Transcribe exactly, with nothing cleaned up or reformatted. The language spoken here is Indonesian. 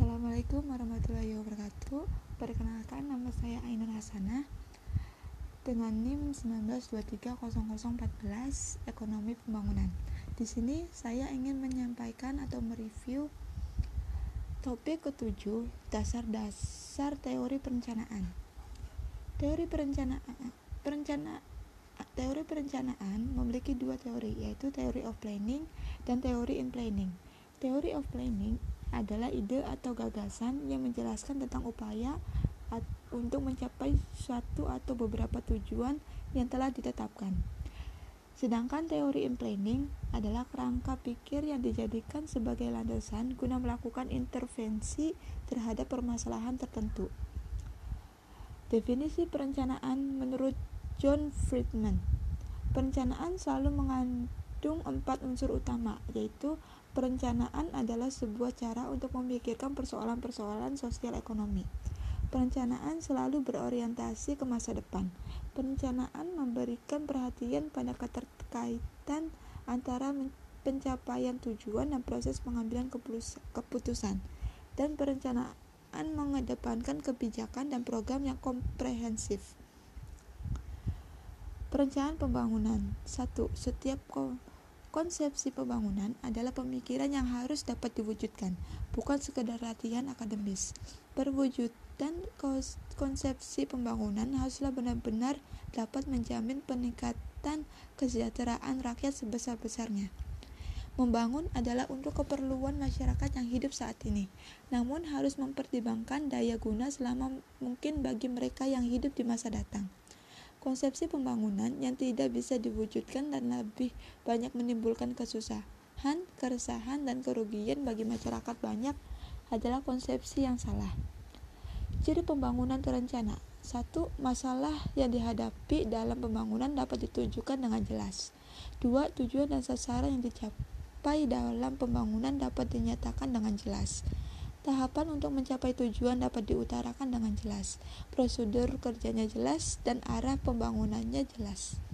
Assalamualaikum warahmatullahi wabarakatuh. Perkenalkan, nama saya Ainur Hasanah dengan NIM sembilan belas dua tiga nol nol nol empat belas Ekonomi Pembangunan. Di sini saya ingin menyampaikan atau mereview topik ketujuh, dasar-dasar teori perencanaan. Teori perencanaan perencana teori perencanaan memiliki dua teori, yaitu Theory of Planning dan Theory in Planning. Theory of Planning adalah ide atau gagasan yang menjelaskan tentang upaya untuk mencapai suatu atau beberapa tujuan yang telah ditetapkan. Sedangkan teori in planning adalah kerangka pikir yang dijadikan sebagai landasan guna melakukan intervensi terhadap permasalahan tertentu. Definisi perencanaan menurut John Friedman. Perencanaan selalu mengandung empat unsur utama, yaitu perencanaan adalah sebuah cara untuk memikirkan persoalan-persoalan sosial ekonomi. Perencanaan selalu berorientasi ke masa depan. Perencanaan memberikan perhatian pada keterkaitan antara pencapaian tujuan dan proses pengambilan keputusan. Dan perencanaan mengedepankan kebijakan dan program yang komprehensif. Perencanaan pembangunan. satu. Setiap konsepsi pembangunan adalah pemikiran yang harus dapat diwujudkan, bukan sekedar latihan akademis. Perwujudan konsepsi pembangunan haruslah benar-benar dapat menjamin peningkatan kesejahteraan rakyat sebesar-besarnya. Membangun adalah untuk keperluan masyarakat yang hidup saat ini, namun harus mempertimbangkan daya guna selama mungkin bagi mereka yang hidup di masa datang. Konsepsi pembangunan yang tidak bisa diwujudkan dan lebih banyak menimbulkan kesusahan, keresahan, dan kerugian bagi masyarakat banyak adalah konsepsi yang salah. Ciri pembangunan terencana. Satu. Masalah yang dihadapi dalam pembangunan dapat ditunjukkan dengan jelas. Dua. Tujuan dan sasaran yang dicapai dalam pembangunan dapat dinyatakan dengan jelas. Tahapan untuk mencapai tujuan dapat diutarakan dengan jelas, prosedur kerjanya jelas, dan arah pembangunannya jelas.